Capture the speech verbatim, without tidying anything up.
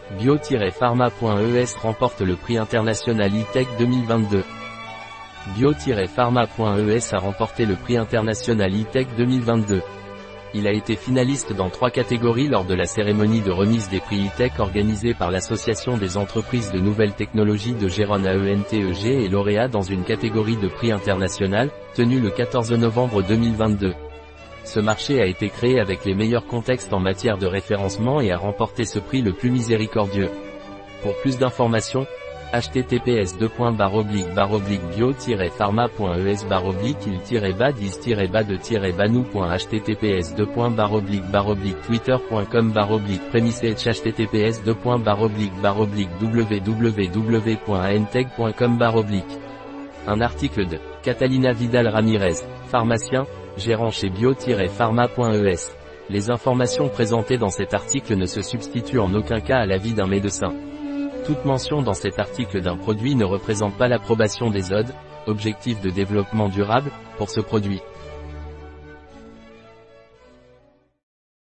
bio-pharma point E S remporte le prix international E-Tech deux mille vingt-deux. bio-pharma point E S a remporté le prix international E-Tech deux mille vingt-deux. Il a été finaliste dans trois catégories lors de la cérémonie de remise des prix E-Tech organisée par l'Association des entreprises de nouvelles technologies de Gérone A E N T E G et lauréat dans une catégorie de prix international, tenue le quatorze novembre deux mille vingt-deux. Ce marché a été créé avec les meilleurs contextes en matière de référencement et a remporté ce prix le plus miséricordieux. Pour plus d'informations, h t t p s deux points barre oblique barre oblique bio tiret pharma point E S barre oblique il tiret bas dix tiret bas deux tiret banou point h t t p s deux points barre oblique barre oblique twitter point com barre oblique prémisse h t t p s deux points barre oblique barre oblique w w w point a n tech point com barre oblique. Un article de Catalina Vidal Ramirez, pharmacien, gérant chez bio-pharma point E S. Les informations présentées dans cet article ne se substituent en aucun cas à l'avis d'un médecin. Toute mention dans cet article d'un produit ne représente pas l'approbation des O D, objectifs de développement durable, pour ce produit.